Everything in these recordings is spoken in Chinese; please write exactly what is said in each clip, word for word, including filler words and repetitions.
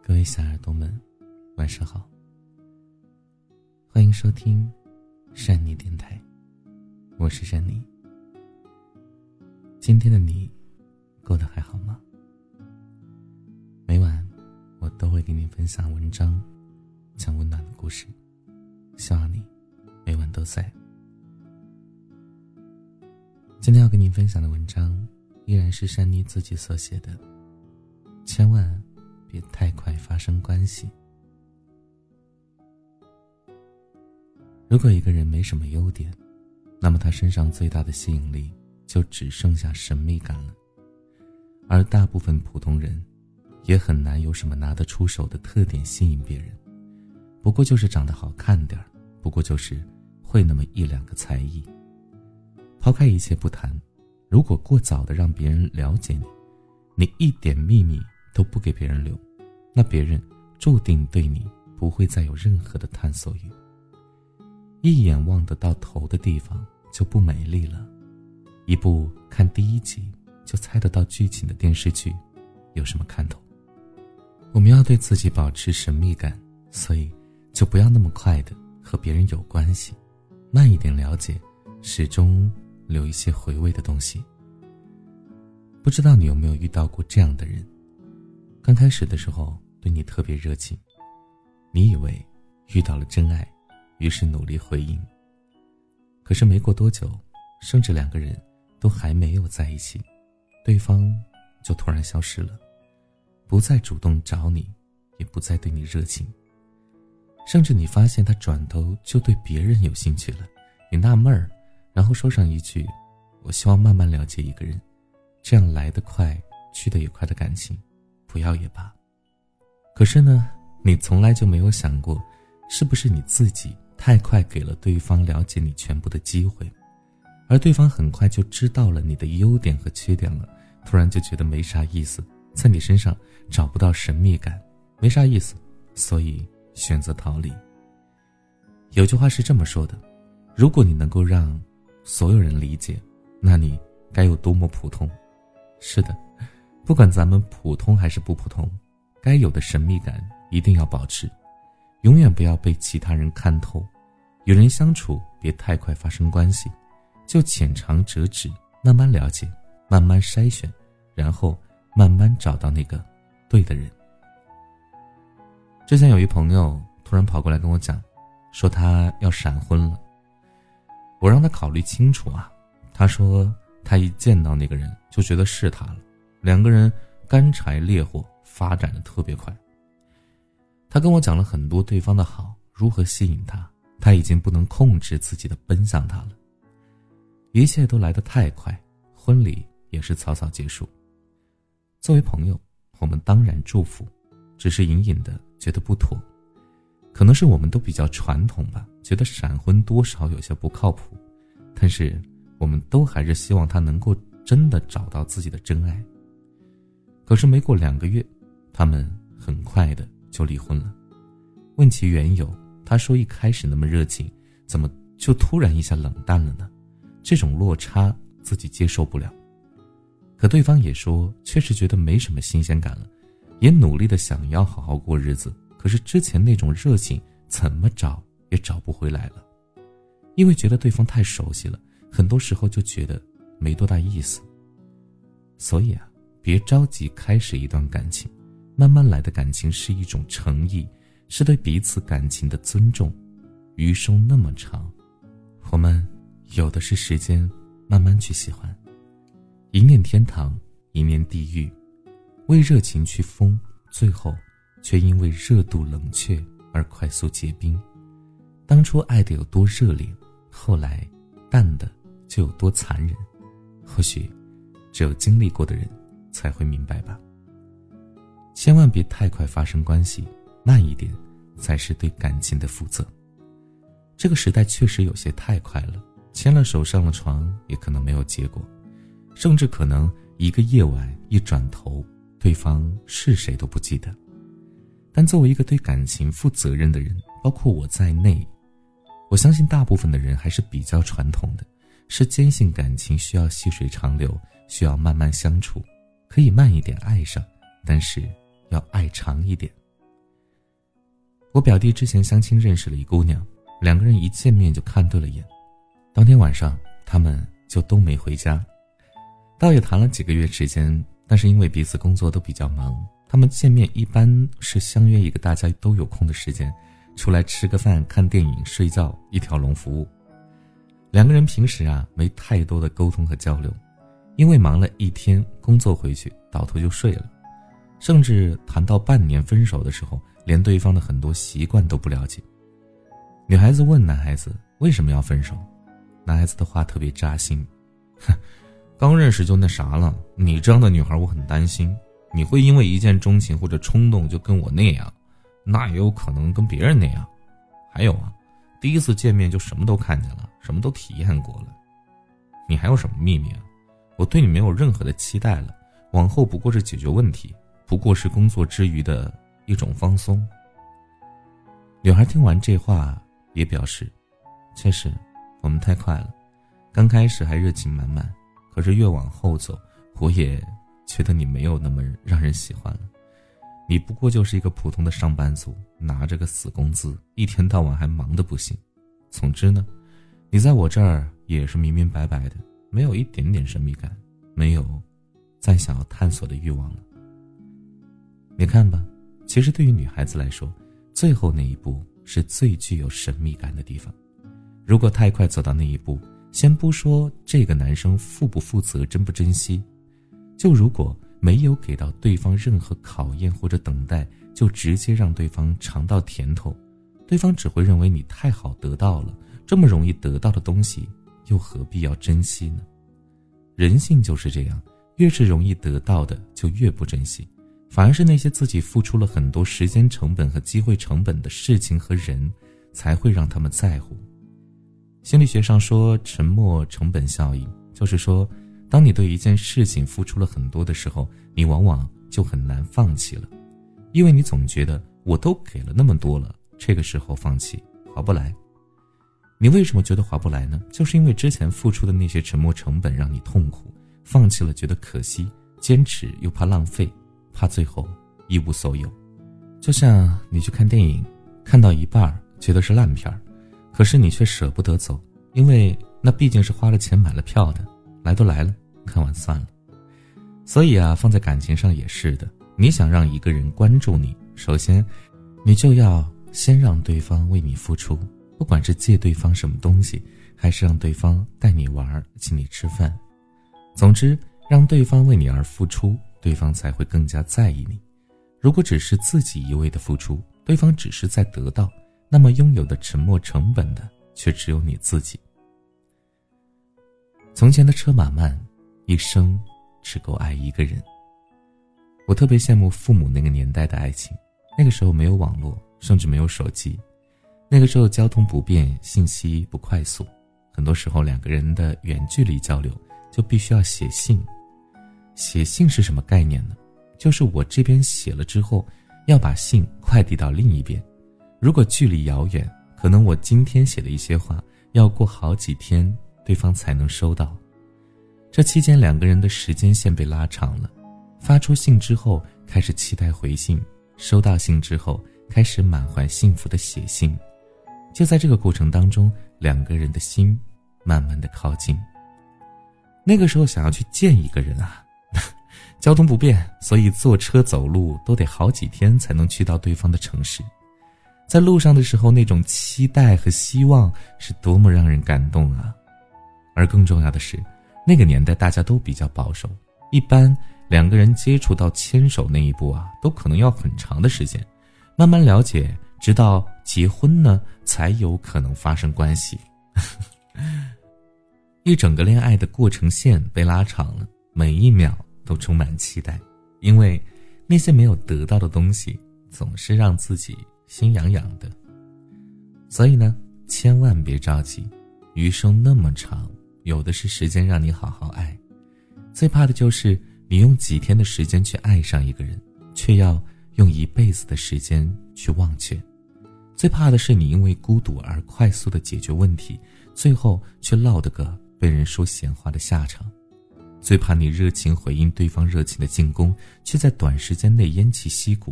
各位小耳朵们，晚上好，欢迎收听善妮电台，我是善妮。今天的你过得还好吗？每晚我都会给你分享文章，讲温暖的故事，希望你每晚都在。今天要跟你分享的文章依然是善妮自己所写的，千万别太快发生关系。如果一个人没什么优点，那么他身上最大的吸引力就只剩下神秘感了。而大部分普通人也很难有什么拿得出手的特点吸引别人，不过就是长得好看点儿，不过就是会那么一两个才艺。抛开一切不谈，如果过早的让别人了解你，你一点秘密都不给别人留，那别人注定对你不会再有任何的探索欲。一眼望得到头的地方就不美丽了，一部看第一集就猜得到剧情的电视剧有什么看头？我们要对自己保持神秘感，所以就不要那么快的和别人有关系，慢一点了解，始终留一些回味的东西。不知道你有没有遇到过这样的人，刚开始的时候对你特别热情，你以为遇到了真爱，于是努力回应。可是没过多久，甚至两个人都还没有在一起，对方就突然消失了，不再主动找你，也不再对你热情，甚至你发现他转头就对别人有兴趣了，你纳闷儿，然后说上一句，我希望慢慢了解一个人，这样来得快去得也快的感情不要也罢。可是呢，你从来就没有想过，是不是你自己太快给了对方了解你全部的机会，而对方很快就知道了你的优点和缺点了，突然就觉得没啥意思，在你身上找不到神秘感，没啥意思，所以选择逃离。有句话是这么说的，如果你能够让所有人理解，那你该有多么普通。是的，不管咱们普通还是不普通，该有的神秘感一定要保持，永远不要被其他人看透。与人相处别太快发生关系，就浅尝辄止，慢慢了解，慢慢筛选，然后慢慢找到那个对的人。之前有一朋友突然跑过来跟我讲，说他要闪婚了。我让他考虑清楚啊，他说他一见到那个人就觉得是他了，两个人干柴烈火，发展的特别快。他跟我讲了很多对方的好，如何吸引他，他已经不能控制自己的奔向他了。一切都来得太快，婚礼也是草草结束。作为朋友，我们当然祝福，只是隐隐的觉得不妥。可能是我们都比较传统吧，觉得闪婚多少有些不靠谱，但是我们都还是希望他能够真的找到自己的真爱。可是没过两个月，他们很快的就离婚了。问其缘由，他说一开始那么热情，怎么就突然一下冷淡了呢？这种落差自己接受不了。可对方也说确实觉得没什么新鲜感了，也努力的想要好好过日子，可是之前那种热情怎么找也找不回来了。因为觉得对方太熟悉了，很多时候就觉得没多大意思。所以啊，别着急开始一段感情，慢慢来的感情是一种诚意，是对彼此感情的尊重。余生那么长，我们有的是时间慢慢去喜欢。一念天堂，一念地狱，为热情去疯，最后却因为热度冷却而快速结冰。当初爱的有多热烈，后来淡的就有多残忍，或许只有经历过的人才会明白吧。千万别太快发生关系，慢一点才是对感情的负责。这个时代确实有些太快了，牵了手上了床也可能没有结果，甚至可能一个夜晚一转头，对方是谁都不记得。但作为一个对感情负责任的人，包括我在内，我相信大部分的人还是比较传统的，是坚信感情需要细水长流，需要慢慢相处，可以慢一点爱上，但是要爱长一点， 我表弟之前相亲认识了一姑娘，两个人一见面就看对了眼，当天晚上他们就都没回家。倒也谈了几个月时间，但是因为彼此工作都比较忙，他们见面一般是相约一个大家都有空的时间，出来吃个饭、看电影、睡觉，一条龙服务。两个人平时啊没太多的沟通和交流，因为忙了一天工作回去倒头就睡了，甚至谈到半年分手的时候，连对方的很多习惯都不了解。女孩子问男孩子为什么要分手，男孩子的话特别扎心，哼，刚认识就那啥了，你这样的女孩我很担心，你会因为一见钟情或者冲动就跟我那样，那也有可能跟别人那样。还有啊，第一次见面就什么都看见了，什么都体验过了，你还有什么秘密啊？我对你没有任何的期待了，往后不过是解决问题，不过是工作之余的一种放松。女孩听完这话也表示，确实我们太快了，刚开始还热情满满，可是越往后走，我也觉得你没有那么让人喜欢了。你不过就是一个普通的上班族，拿着个死工资，一天到晚还忙得不行。总之呢，你在我这儿也是明明白白的，没有一点点神秘感，没有再想要探索的欲望了。你看吧，其实对于女孩子来说，最后那一步是最具有神秘感的地方。如果太快走到那一步，先不说这个男生负不负责、珍不珍惜，就如果没有给到对方任何考验或者等待，就直接让对方尝到甜头，对方只会认为你太好得到了，这么容易得到的东西又何必要珍惜呢？人性就是这样，越是容易得到的就越不珍惜，反而是那些自己付出了很多时间成本和机会成本的事情和人，才会让他们在乎。心理学上说沉没成本效应，就是说当你对一件事情付出了很多的时候，你往往就很难放弃了，因为你总觉得我都给了那么多了，这个时候放弃划不来。你为什么觉得划不来呢？就是因为之前付出的那些沉没成本让你痛苦，放弃了觉得可惜，坚持又怕浪费，怕最后一无所有。就像你去看电影，看到一半觉得是烂片，可是你却舍不得走，因为那毕竟是花了钱买了票的，来都来了，看完算了。所以啊，放在感情上也是的，你想让一个人关注你，首先你就要先让对方为你付出，不管是借对方什么东西，还是让对方带你玩，请你吃饭，总之让对方为你而付出，对方才会更加在意你。如果只是自己一味的付出，对方只是在得到，那么拥有的沉没成本的却只有你自己。从前的车马慢，一生只够爱一个人。我特别羡慕父母那个年代的爱情，那个时候没有网络，甚至没有手机，那个时候交通不便，信息不快速，很多时候两个人的远距离交流就必须要写信。写信是什么概念呢？就是我这边写了之后，要把信快递到另一边。如果距离遥远，可能我今天写的一些话，要过好几天对方才能收到。这期间两个人的时间线被拉长了，发出信之后开始期待回信，收到信之后开始满怀幸福的写信。就在这个过程当中，两个人的心慢慢的靠近。那个时候想要去见一个人啊，交通不便，所以坐车走路都得好几天才能去到对方的城市。在路上的时候，那种期待和希望是多么让人感动啊！而更重要的是，那个年代大家都比较保守，一般两个人接触到牵手那一步啊，都可能要很长的时间，慢慢了解，直到结婚呢，才有可能发生关系。一整个恋爱的过程线被拉长了，每一秒都充满期待，因为那些没有得到的东西，总是让自己心痒痒的。所以呢，千万别着急，余生那么长，有的是时间让你好好爱。最怕的就是你用几天的时间去爱上一个人，却要用一辈子的时间去忘却。最怕的是你因为孤独而快速的解决问题，最后却落得个被人说闲话的下场。最怕你热情回应对方热情的进攻，却在短时间内偃旗息鼓，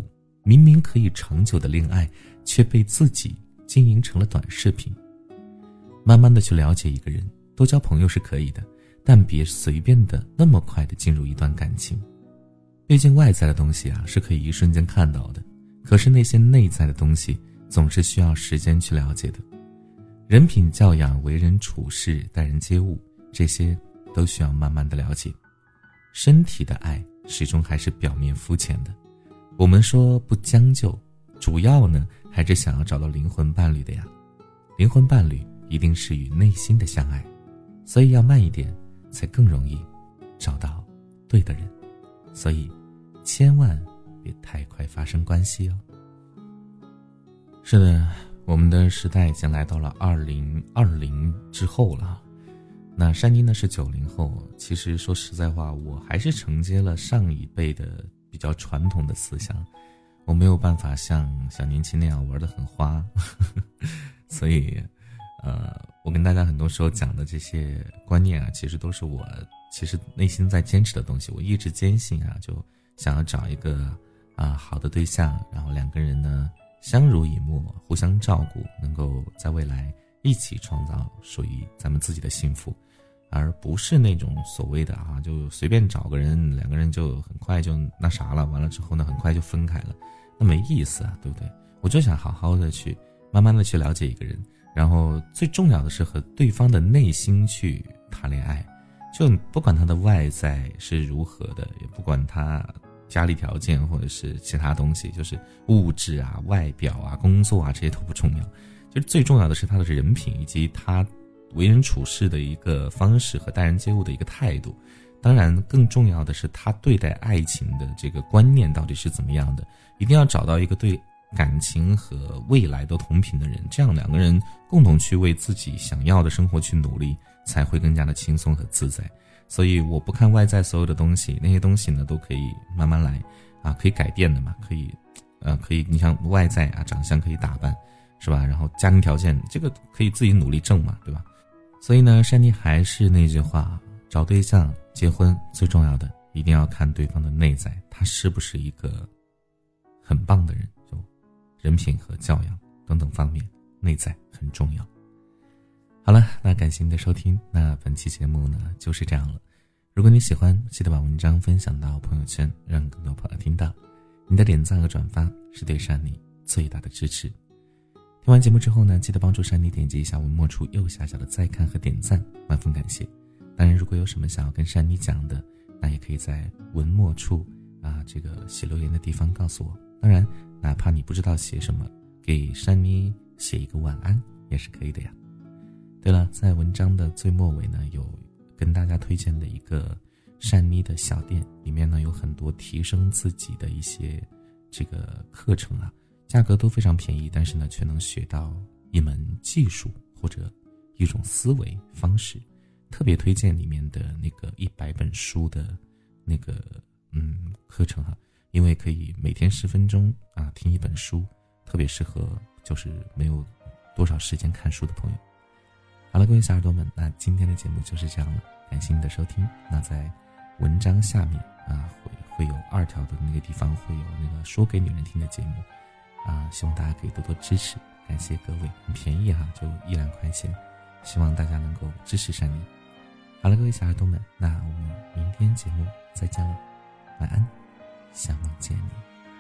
明明可以长久的恋爱，却被自己经营成了短视频。慢慢的去了解一个人，多交朋友是可以的，但别随便的那么快的进入一段感情。毕竟外在的东西啊是可以一瞬间看到的，可是那些内在的东西总是需要时间去了解的。人品教养、为人处事、待人接物，这些都需要慢慢的了解。身体的爱始终还是表面肤浅的，我们说不将就，主要呢还是想要找到灵魂伴侣的呀。灵魂伴侣一定是与内心的相爱，所以要慢一点，才更容易找到对的人。所以千万别太快发生关系哦。是的，我们的时代已经来到了二零二零之后了。那珊妮呢是九零后，其实说实在话，我还是承接了上一辈的比较传统的思想，我没有办法像小年轻那样玩得很花所以呃，我跟大家很多时候讲的这些观念啊，其实都是我其实内心在坚持的东西。我一直坚信啊，就想要找一个啊好的对象，然后两个人呢相濡以沫，互相照顾，能够在未来一起创造属于咱们自己的幸福，而不是那种所谓的啊就随便找个人，两个人就很快就那啥了，完了之后呢很快就分开了，那没意思啊，对不对？我就想好好的去慢慢的去了解一个人，然后最重要的是和对方的内心去谈恋爱。就不管他的外在是如何的，也不管他家里条件或者是其他东西，就是物质啊、外表啊、工作啊，这些都不重要，就是最重要的是他的人品以及他为人处事的一个方式和待人接物的一个态度。当然更重要的是他对待爱情的这个观念到底是怎么样的，一定要找到一个对感情和未来都同频的人，这样两个人共同去为自己想要的生活去努力，才会更加的轻松和自在。所以我不看外在所有的东西，那些东西呢都可以慢慢来啊，可以改变的嘛，可以呃可以你像外在啊，长相可以打扮是吧，然后家庭条件这个可以自己努力挣嘛，对吧？所以呢，珊妮还是那句话，找对象结婚最重要的一定要看对方的内在，他是不是一个很棒的人，就人品和教养等等方面，内在很重要。好了，那感谢您的收听，那本期节目呢就是这样了。如果你喜欢，记得把文章分享到朋友圈，让更多朋友听到。你的点赞和转发是对珊妮最大的支持。听完节目之后呢，记得帮助珊妮点击一下文末处右下角的再看和点赞，万分感谢。当然如果有什么想要跟珊妮讲的，那也可以在文末处啊这个写留言的地方告诉我。当然哪怕你不知道写什么，给珊妮写一个晚安也是可以的呀。对了，在文章的最末尾呢，有跟大家推荐的一个珊妮的小店，里面呢有很多提升自己的一些这个课程啊，价格都非常便宜，但是呢却能学到一门技术或者一种思维方式。特别推荐里面的那个一百本书的那个嗯课程哈，因为可以每天十分钟啊听一本书，特别适合就是没有多少时间看书的朋友。好了，各位小耳朵们，那今天的节目就是这样了，感谢你的收听。那在文章下面啊，会会有二条的那个地方会有那个说给女人听的节目啊，希望大家可以多多支持，感谢各位，很便宜哈，就一两块钱，希望大家能够支持珊妮。好了，各位小耳朵们，那我们明天节目再见了，晚安，想梦见你。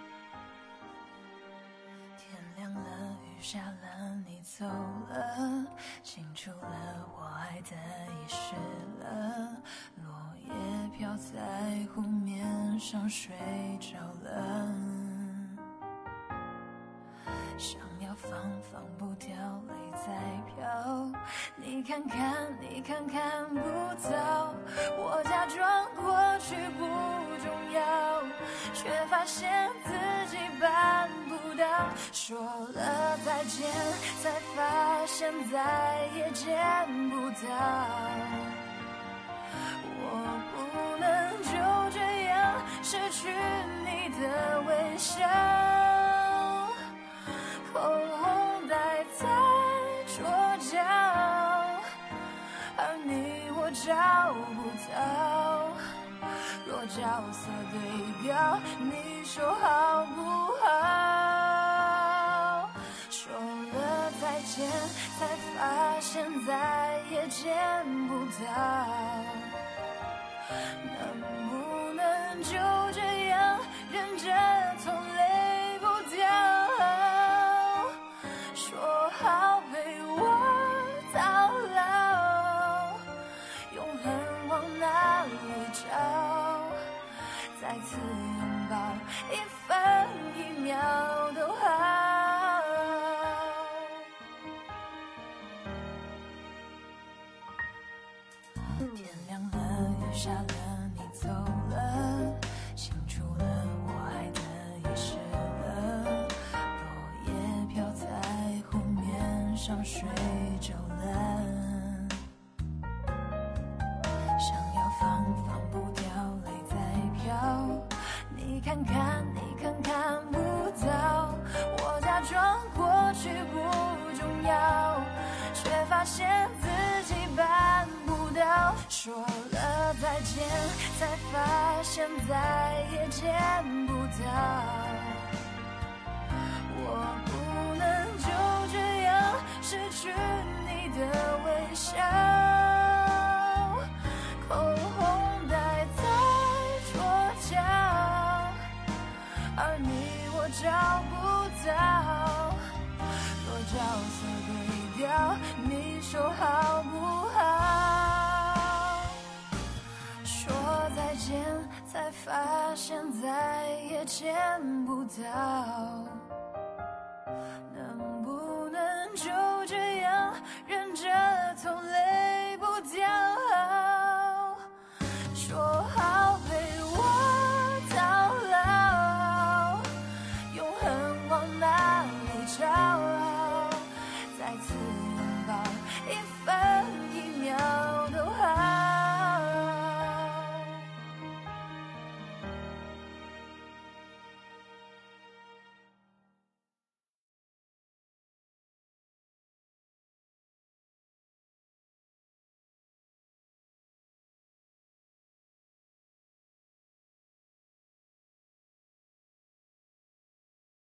天亮了，雨下了，你走了，清除了我爱的遗失了，落叶飘在湖面上睡着了，想要放放不掉，泪在飘，你看看你看看不到，我假装过去不重要，却发现自己办不到，说了再见，才发现再也见不到，我不能就这样失去你的微笑，口红戴在桌角，而你我找不到，若角色对调，你说好不好？ 好。说了再见，才发现再也见不到。能不能就这样忍着痛泪不掉？说好陪我到老，永恒往哪里找？再次拥抱，一分一秒都好。天亮了，雨下了，你走了，心除了，我爱的也湿了，落叶飘在湖面上，睡着了。想要放放不掉，泪在飘，你看看你看看不到，我假装过去不重要，却发现自己办不到。说了再见，才发现再也见不到。我不能就这样失去你的微笑，口红戴在桌角，而你我找不到，若角色对调，你说好不好？说再见，才发现再也见不到。